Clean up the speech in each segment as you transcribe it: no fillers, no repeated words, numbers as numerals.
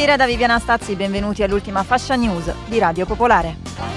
Buonasera da Viviana Stazzi, benvenuti all'ultima fascia news di Radio Popolare.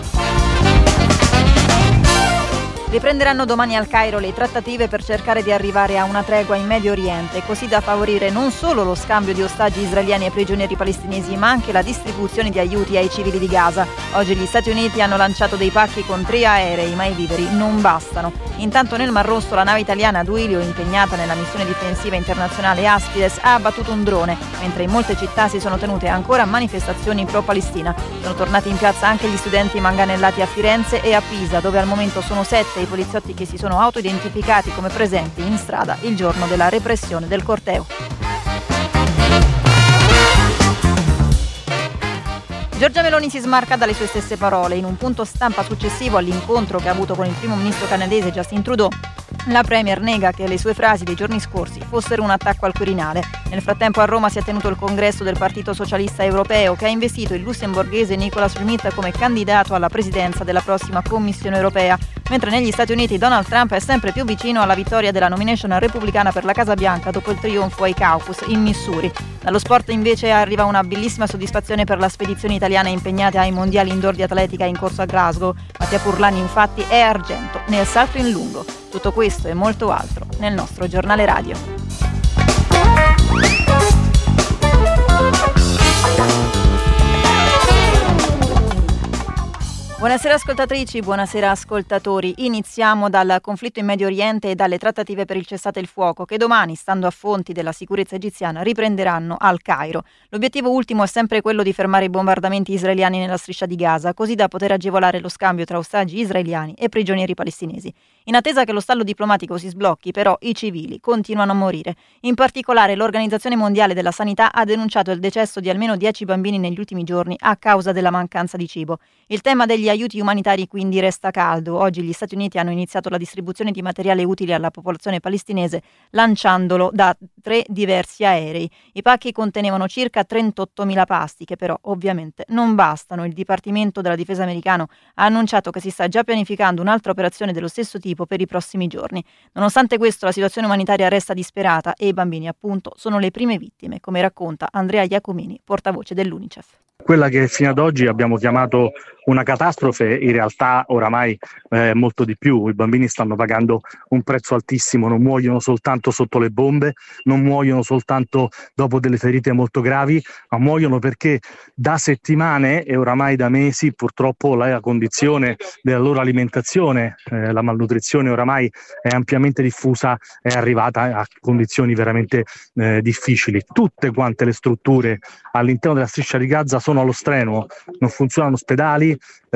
Riprenderanno domani al Cairo le trattative per cercare di arrivare a una tregua in Medio Oriente, così da favorire non solo lo scambio di ostaggi israeliani e prigionieri palestinesi, ma anche la distribuzione di aiuti ai civili di Gaza. Oggi gli Stati Uniti hanno lanciato dei pacchi con 3 aerei, ma i viveri non bastano. Intanto nel Mar Rosso la nave italiana Duilio, impegnata nella missione difensiva internazionale Aspides, ha abbattuto un drone, mentre in molte città si sono tenute ancora manifestazioni pro-Palestina. Sono tornati in piazza anche gli studenti manganellati a Firenze e a Pisa, dove al momento sono 7 i poliziotti che si sono autoidentificati come presenti in strada il giorno della repressione del corteo. Giorgia Meloni si smarca dalle sue stesse parole. In un punto stampa successivo all'incontro che ha avuto con il primo ministro canadese Justin Trudeau, la premier nega che le sue frasi dei giorni scorsi fossero un attacco al Quirinale. Nel frattempo a Roma si è tenuto il congresso del Partito Socialista Europeo, che ha investito il lussemburghese Nicolas Schmit come candidato alla presidenza della prossima Commissione Europea, mentre negli Stati Uniti Donald Trump è sempre più vicino alla vittoria della nomination repubblicana per la Casa Bianca dopo il trionfo ai caucus in Missouri. Dallo sport invece arriva una bellissima soddisfazione per la spedizione italiana impegnata ai mondiali indoor di atletica in corso a Glasgow. Mattia Furlani infatti è argento nel salto in lungo. Tutto questo e molto altro nel nostro giornale radio. Buonasera ascoltatrici, buonasera ascoltatori. Iniziamo dal conflitto in Medio Oriente e dalle trattative per il cessate il fuoco che domani, stando a fonti della sicurezza egiziana, riprenderanno al Cairo. L'obiettivo ultimo è sempre quello di fermare i bombardamenti israeliani nella striscia di Gaza, così da poter agevolare lo scambio tra ostaggi israeliani e prigionieri palestinesi. In attesa che lo stallo diplomatico si sblocchi, però, i civili continuano a morire. In particolare, l'Organizzazione Mondiale della Sanità ha denunciato il decesso di almeno 10 bambini negli ultimi giorni a causa della mancanza di cibo. Il tema degli aiuti umanitari quindi resta caldo. Oggi gli Stati Uniti hanno iniziato la distribuzione di materiale utile alla popolazione palestinese lanciandolo da 3 diversi aerei. I pacchi contenevano circa 38.000 pasti che però ovviamente non bastano. Il Dipartimento della Difesa americano ha annunciato che si sta già pianificando un'altra operazione dello stesso tipo per i prossimi giorni. Nonostante questo la situazione umanitaria resta disperata e i bambini appunto sono le prime vittime, come racconta Andrea Iacomini, portavoce dell'UNICEF. Quella che fino ad oggi abbiamo chiamato una catastrofe, in realtà oramai molto di più. I bambini stanno pagando un prezzo altissimo, non muoiono soltanto sotto le bombe, non muoiono soltanto dopo delle ferite molto gravi, ma muoiono perché da settimane e oramai da mesi purtroppo la condizione della loro alimentazione, la malnutrizione oramai è ampiamente diffusa, è arrivata a condizioni veramente difficili. Tutte quante le strutture all'interno della striscia di Gaza sono allo strenuo, non funzionano ospedali,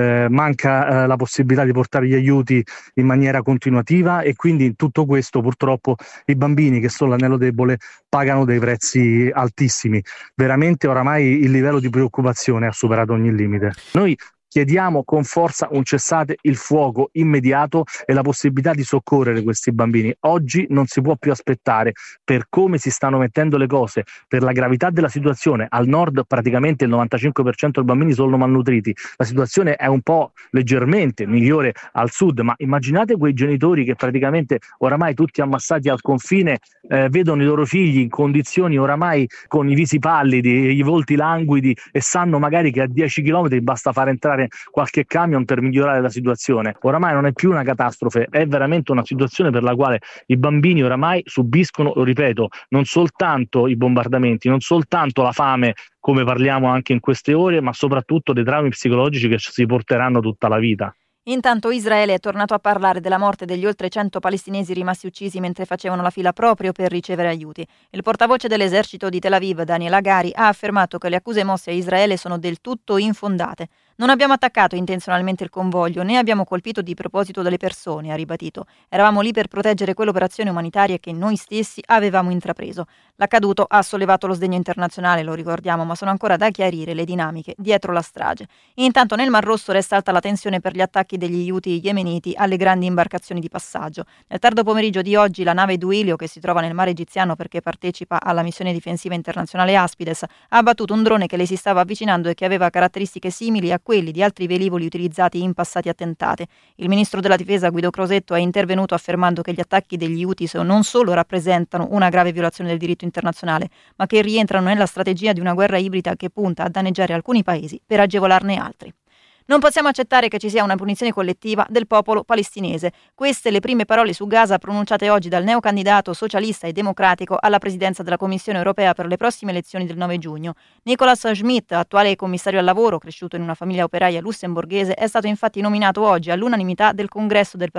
manca la possibilità di portare gli aiuti in maniera continuativa e quindi in tutto questo purtroppo i bambini, che sono l'anello debole, pagano dei prezzi altissimi. Veramente oramai il livello di preoccupazione ha superato ogni limite. Noi chiediamo con forza un cessate il fuoco immediato e la possibilità di soccorrere questi bambini. Oggi non si può più aspettare, per come si stanno mettendo le cose, per la gravità della situazione. Al nord praticamente il 95% dei bambini sono malnutriti, la situazione è un po' leggermente migliore al sud, ma immaginate quei genitori che praticamente oramai tutti ammassati al confine vedono i loro figli in condizioni oramai con i visi pallidi, i volti languidi e sanno magari che a 10 km basta far entrare qualche camion per migliorare la situazione. Oramai non è più una catastrofe, è veramente una situazione per la quale i bambini oramai subiscono, lo ripeto, non soltanto i bombardamenti, non soltanto la fame, come parliamo anche in queste ore, ma soprattutto dei traumi psicologici che si porteranno tutta la vita. Intanto Israele è tornato a parlare della morte degli oltre 100 palestinesi rimasti uccisi mentre facevano la fila proprio per ricevere aiuti. Il portavoce dell'esercito di Tel Aviv, Daniel Hagari, ha affermato che le accuse mosse a Israele sono del tutto infondate. Non abbiamo attaccato intenzionalmente il convoglio, né abbiamo colpito di proposito delle persone, ha ribadito. Eravamo lì per proteggere quell'operazione umanitaria che noi stessi avevamo intrapreso. L'accaduto ha sollevato lo sdegno internazionale, lo ricordiamo, ma sono ancora da chiarire le dinamiche dietro la strage. Intanto nel Mar Rosso resta alta la tensione per gli attacchi degli Houthi yemeniti alle grandi imbarcazioni di passaggio. Nel tardo pomeriggio di oggi la nave Duilio, che si trova nel mare egiziano perché partecipa alla missione difensiva internazionale Aspides, ha abbattuto un drone che le si stava avvicinando e che aveva caratteristiche simili a quelli di altri velivoli utilizzati in passati attentati. Il ministro della difesa Guido Crosetto è intervenuto affermando che gli attacchi degli Houthi non solo rappresentano una grave violazione del diritto internazionale, ma che rientrano nella strategia di una guerra ibrida che punta a danneggiare alcuni paesi per agevolarne altri. Non possiamo accettare che ci sia una punizione collettiva del popolo palestinese. Queste le prime parole su Gaza pronunciate oggi dal neocandidato socialista e democratico alla presidenza della Commissione europea per le prossime elezioni del 9 giugno. Nicolas Schmit, attuale commissario al lavoro, cresciuto in una famiglia operaia lussemburghese, è stato infatti nominato oggi all'unanimità dal congresso del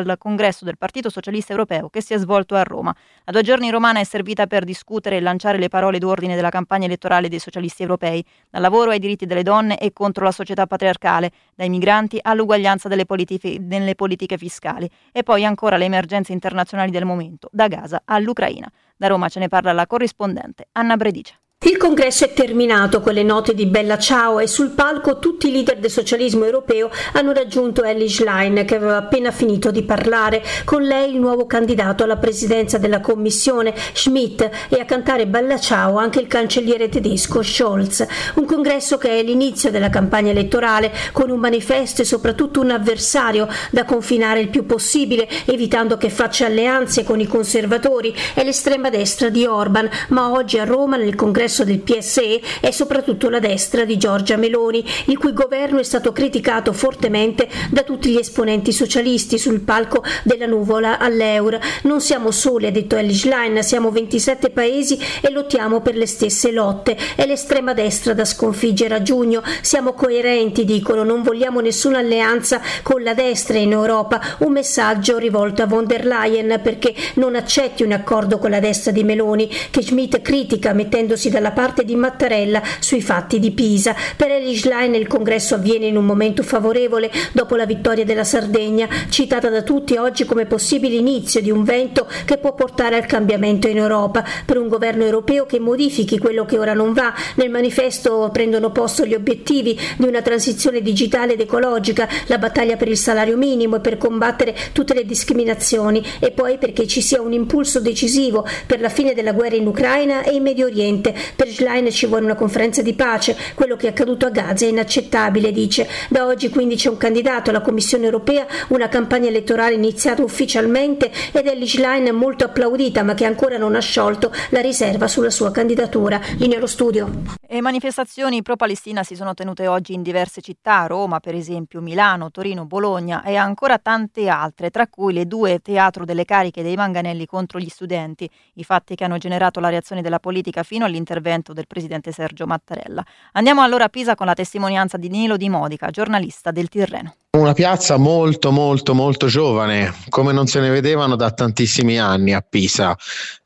Partito Socialista Europeo che si è svolto a Roma. La 2 giorni romana è servita per discutere e lanciare le parole d'ordine della campagna elettorale dei socialisti europei, dal lavoro ai diritti delle donne e contro la società patriarcale, dai migranti all'uguaglianza nelle politiche fiscali e poi ancora le emergenze internazionali del momento, da Gaza all'Ucraina. Da Roma ce ne parla la corrispondente Anna Bredice. Il congresso è terminato con le note di Bella Ciao e sul palco tutti i leader del socialismo europeo hanno raggiunto Elly Schlein, che aveva appena finito di parlare. Con lei il nuovo candidato alla presidenza della Commissione, Schmid, e a cantare Bella Ciao anche il cancelliere tedesco Scholz. Un congresso che è l'inizio della campagna elettorale, con un manifesto e soprattutto un avversario da confinare il più possibile, evitando che faccia alleanze con i conservatori e l'estrema destra di Orban, ma oggi a Roma nel congresso del PSE è soprattutto la destra di Giorgia Meloni, il cui governo è stato criticato fortemente da tutti gli esponenti socialisti sul palco della nuvola all'Eur. Non siamo soli, ha detto Elly Schlein, siamo 27 paesi e lottiamo per le stesse lotte. È l'estrema destra da sconfiggere a giugno. Siamo coerenti, dicono, non vogliamo nessuna alleanza con la destra in Europa. Un messaggio rivolto a von der Leyen perché non accetti un accordo con la destra di Meloni, che Schmid critica mettendosi dalla parte di Mattarella sui fatti di Pisa. Per Elly Schlein il congresso avviene in un momento favorevole dopo la vittoria della Sardegna, citata da tutti oggi come possibile inizio di un vento che può portare al cambiamento in Europa, per un governo europeo che modifichi quello che ora non va. Nel manifesto prendono posto gli obiettivi di una transizione digitale ed ecologica, la battaglia per il salario minimo e per combattere tutte le discriminazioni, e poi perché ci sia un impulso decisivo per la fine della guerra in Ucraina e in Medio Oriente. Per Schlein ci vuole una conferenza di pace. Quello che è accaduto a Gaza è inaccettabile, dice. Da oggi quindi c'è un candidato alla Commissione europea, una campagna elettorale iniziata ufficialmente ed Elly Schlein molto applaudita, ma che ancora non ha sciolto la riserva sulla sua candidatura. Linea allo studio. E manifestazioni pro-Palestina si sono tenute oggi in diverse città, Roma per esempio, Milano, Torino, Bologna e ancora tante altre, tra cui le 2 teatro delle cariche dei manganelli contro gli studenti, i fatti che hanno generato la reazione della politica fino all'intervento del presidente Sergio Mattarella. Andiamo allora a Pisa con la testimonianza di Nilo Di Modica, giornalista del Tirreno. Una piazza molto giovane, come non se ne vedevano da tantissimi anni a Pisa.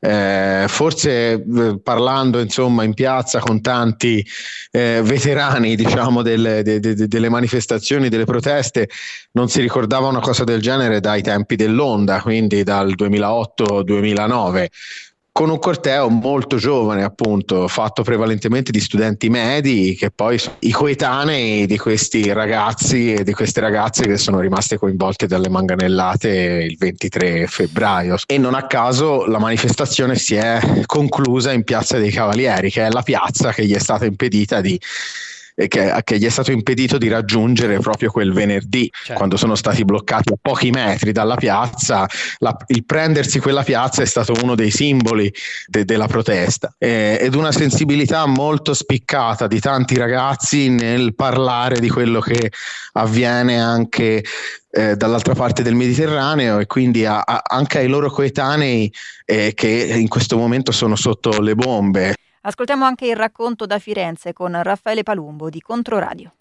Forse parlando insomma in piazza con tanti veterani, diciamo, delle manifestazioni, delle proteste, non si ricordava una cosa del genere dai tempi dell'Onda, quindi dal 2008-2009. Con un corteo molto giovane, appunto, fatto prevalentemente di studenti medi, che poi sono i coetanei di questi ragazzi e di queste ragazze che sono rimaste coinvolte dalle manganellate il 23 febbraio. E non a caso la manifestazione si è conclusa in Piazza dei Cavalieri, che è la piazza che gli è stata impedita che gli è stato impedito di raggiungere proprio quel venerdì, quando sono stati bloccati a pochi metri dalla piazza. Il prendersi quella piazza è stato uno dei simboli della protesta, ed una sensibilità molto spiccata di tanti ragazzi nel parlare di quello che avviene anche dall'altra parte del Mediterraneo, e quindi anche ai loro coetanei che in questo momento sono sotto le bombe. Ascoltiamo anche il racconto da Firenze con Raffaele Palumbo di Controradio.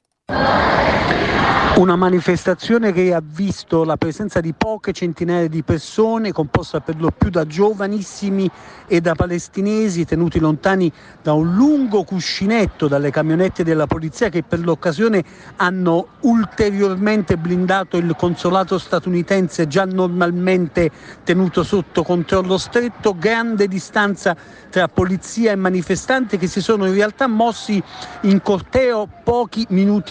Una manifestazione che ha visto la presenza di poche centinaia di persone, composta per lo più da giovanissimi e da palestinesi tenuti lontani da un lungo cuscinetto dalle camionette della polizia, che per l'occasione hanno ulteriormente blindato il consolato statunitense, già normalmente tenuto sotto controllo stretto. Grande distanza tra polizia e manifestanti, che si sono in realtà mossi in corteo pochi minuti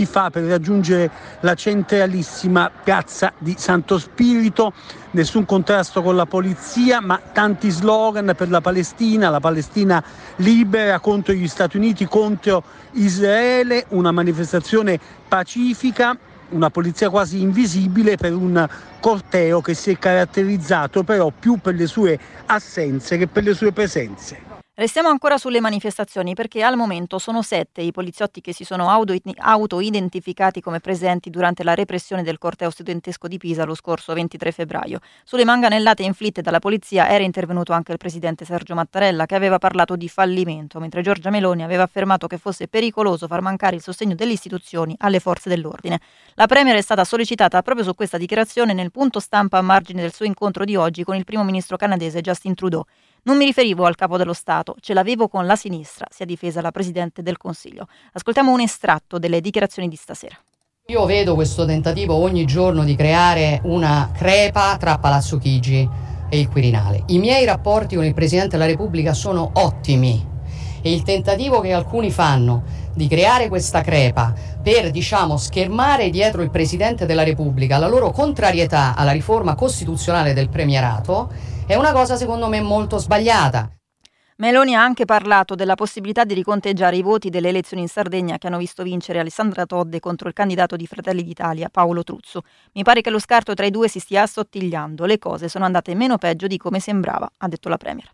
fa per raggiungere la centralissima piazza di Santo Spirito. Nessun contrasto con la polizia, ma tanti slogan per la Palestina libera, contro gli Stati Uniti, contro Israele, una manifestazione pacifica, una polizia quasi invisibile per un corteo che si è caratterizzato però più per le sue assenze che per le sue presenze. Restiamo ancora sulle manifestazioni perché al momento sono 7 i poliziotti che si sono auto-identificati come presenti durante la repressione del corteo studentesco di Pisa lo scorso 23 febbraio. Sulle manganellate inflitte dalla polizia era intervenuto anche il presidente Sergio Mattarella, che aveva parlato di fallimento, mentre Giorgia Meloni aveva affermato che fosse pericoloso far mancare il sostegno delle istituzioni alle forze dell'ordine. La Premier è stata sollecitata proprio su questa dichiarazione nel punto stampa a margine del suo incontro di oggi con il primo ministro canadese Justin Trudeau. Non mi riferivo al capo dello Stato, ce l'avevo con la sinistra, si è difesa la Presidente del Consiglio. Ascoltiamo un estratto delle dichiarazioni di stasera. Io vedo questo tentativo ogni giorno di creare una crepa tra Palazzo Chigi e il Quirinale. I miei rapporti con il Presidente della Repubblica sono ottimi e il tentativo che alcuni fanno di creare questa crepa per, schermare dietro il Presidente della Repubblica la loro contrarietà alla riforma costituzionale del premierato è una cosa secondo me molto sbagliata. Meloni ha anche parlato della possibilità di riconteggiare i voti delle elezioni in Sardegna che hanno visto vincere Alessandra Todde contro il candidato di Fratelli d'Italia, Paolo Truzzo. Mi pare che lo scarto tra i due si stia assottigliando, le cose sono andate meno peggio di come sembrava, ha detto la Premier.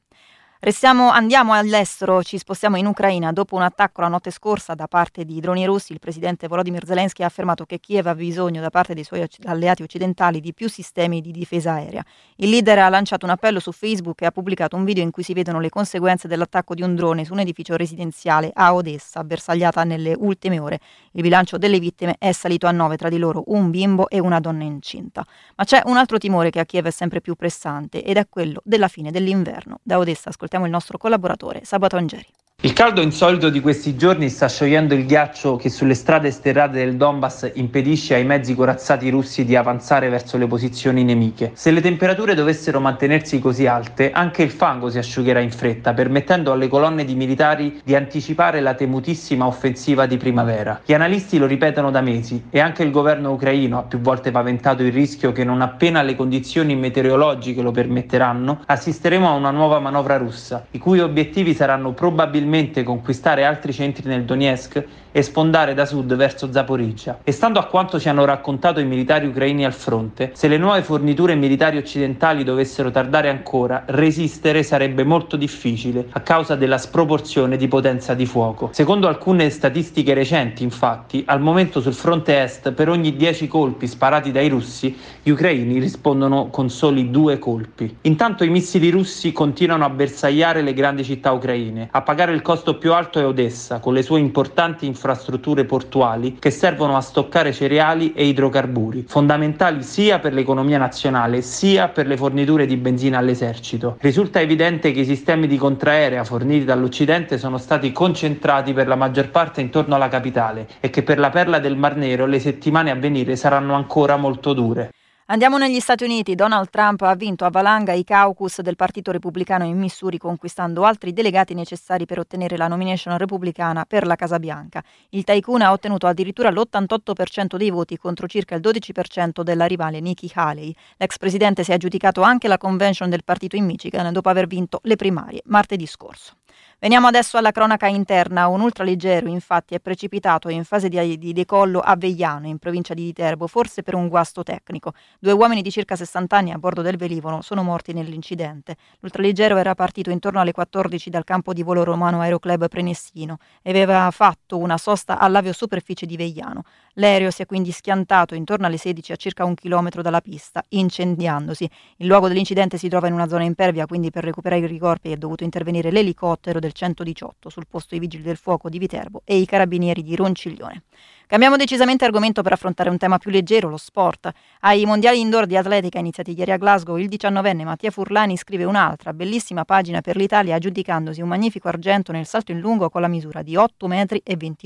Andiamo all'estero, ci spostiamo in Ucraina. Dopo un attacco la notte scorsa da parte di droni russi, il presidente Volodymyr Zelensky ha affermato che Kiev ha bisogno da parte dei suoi alleati occidentali di più sistemi di difesa aerea. Il leader ha lanciato un appello su Facebook e ha pubblicato un video in cui si vedono le conseguenze dell'attacco di un drone su un edificio residenziale a Odessa, bersagliata nelle ultime ore. Il bilancio delle vittime è salito a 9, tra di loro un bimbo e una donna incinta. Ma c'è un altro timore che a Kiev è sempre più pressante ed è quello della fine dell'inverno. Da Odessa ascoltiamo il nostro collaboratore Sabato Angeri. Il caldo insolito di questi giorni sta sciogliendo il ghiaccio che sulle strade sterrate del Donbass impedisce ai mezzi corazzati russi di avanzare verso le posizioni nemiche. Se le temperature dovessero mantenersi così alte, anche il fango si asciugherà in fretta, permettendo alle colonne di militari di anticipare la temutissima offensiva di primavera. Gli analisti lo ripetono da mesi e anche il governo ucraino ha più volte paventato il rischio che non appena le condizioni meteorologiche lo permetteranno, assisteremo a una nuova manovra russa, i cui obiettivi saranno probabilmente conquistare altri centri nel Donetsk e sfondare da sud verso Zaporizhzhia. E stando a quanto ci hanno raccontato i militari ucraini al fronte, se le nuove forniture militari occidentali dovessero tardare ancora, resistere sarebbe molto difficile a causa della sproporzione di potenza di fuoco. Secondo alcune statistiche recenti, infatti, al momento sul fronte est per ogni 10 colpi sparati dai russi, gli ucraini rispondono con soli 2 colpi. Intanto i missili russi continuano a bersagliare le grandi città ucraine. A pagare il costo più alto è Odessa, con le sue importanti infrastrutture portuali che servono a stoccare cereali e idrocarburi, fondamentali sia per l'economia nazionale sia per le forniture di benzina all'esercito. Risulta evidente che i sistemi di contraerea forniti dall'Occidente sono stati concentrati per la maggior parte intorno alla capitale e che per la perla del Mar Nero le settimane a venire saranno ancora molto dure. Andiamo negli Stati Uniti. Donald Trump ha vinto a valanga i caucus del Partito Repubblicano in Missouri, conquistando altri delegati necessari per ottenere la nomination repubblicana per la Casa Bianca. Il tycoon ha ottenuto addirittura l'88% dei voti contro circa il 12% della rivale Nikki Haley. L'ex presidente si è aggiudicato anche la convention del partito in Michigan dopo aver vinto le primarie martedì scorso. Veniamo adesso alla cronaca interna. Un ultraleggero infatti è precipitato in fase di decollo a Veiano, in provincia di Viterbo, forse per un guasto tecnico. 2 uomini di circa 60 anni a bordo del velivolo sono morti nell'incidente. L'ultraleggero era partito intorno alle 14 dal campo di volo romano Aeroclub Prenestino e aveva fatto una sosta all'aviosuperficie di Veiano. L'aereo si è quindi schiantato intorno alle 16 a circa 1 chilometro dalla pista, incendiandosi. Il luogo dell'incidente si trova in una zona impervia, quindi per recuperare i corpi è dovuto intervenire l'elicottero del 118, sul posto i vigili del fuoco di Viterbo e i carabinieri di Ronciglione. Cambiamo decisamente argomento per affrontare un tema più leggero, lo sport. Ai mondiali indoor di atletica iniziati ieri a Glasgow, il 19enne Mattia Furlani scrive un'altra bellissima pagina per l'Italia, aggiudicandosi un magnifico argento nel salto in lungo con la misura di 8,22 metri.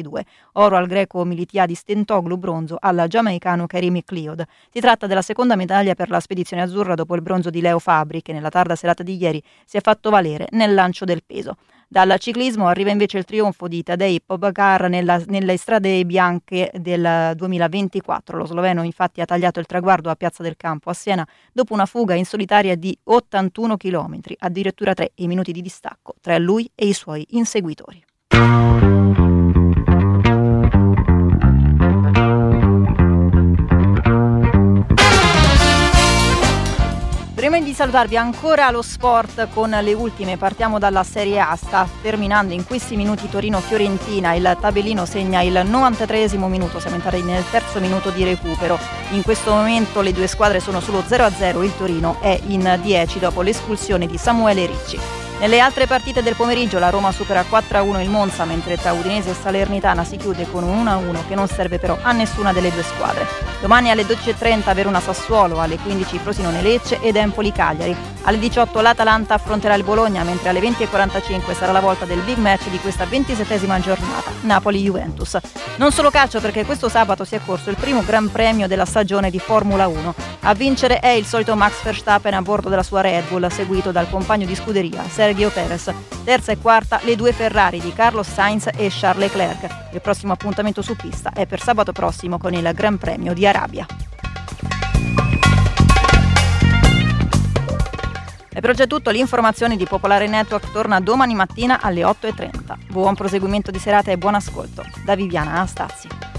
Oro al greco Militiadis Tentoglu, bronzo al giamaicano Karim Cliod. Si tratta della seconda medaglia per la spedizione azzurra dopo il bronzo di Leo Fabri, che nella tarda serata di ieri si è fatto valere nel lancio del peso. Dal ciclismo arriva invece il trionfo di Tadej Pogačar nelle strade bianche del 2024. Lo sloveno infatti ha tagliato il traguardo a Piazza del Campo a Siena dopo una fuga in solitaria di 81 km, addirittura 3 i minuti di distacco tra lui e i suoi inseguitori. Prima di salutarvi ancora lo sport con le ultime, partiamo dalla Serie A. Sta terminando in questi minuti Torino-Fiorentina, il tabellino segna il 93esimo minuto, siamo entrati nel terzo minuto di recupero. In questo momento le due squadre sono sullo 0-0, il Torino è in 10 dopo l'espulsione di Samuele Ricci. Nelle altre partite del pomeriggio la Roma supera 4-1 il Monza, mentre tra Udinese e Salernitana si chiude con un 1-1 che non serve però a nessuna delle due squadre. Domani alle 12.30 Verona-Sassuolo, alle 15 Frosinone-Lecce ed Empoli-Cagliari. Alle 18 l'Atalanta affronterà il Bologna, mentre alle 20.45 sarà la volta del big match di questa 27esima giornata, Napoli-Juventus. Non solo calcio, perché questo sabato si è corso il primo Gran Premio della stagione di Formula 1. A vincere è il solito Max Verstappen a bordo della sua Red Bull, seguito dal compagno di scuderia Sergio Perez. Terza e quarta le due Ferrari di Carlos Sainz e Charles Leclerc. Il prossimo appuntamento su pista è per sabato prossimo con il Gran Premio di Arabia. E per oggi è tutto, l'informazione di Popolare Network torna domani mattina alle 8.30. Buon proseguimento di serata e buon ascolto. Da Viviana Anastazzi.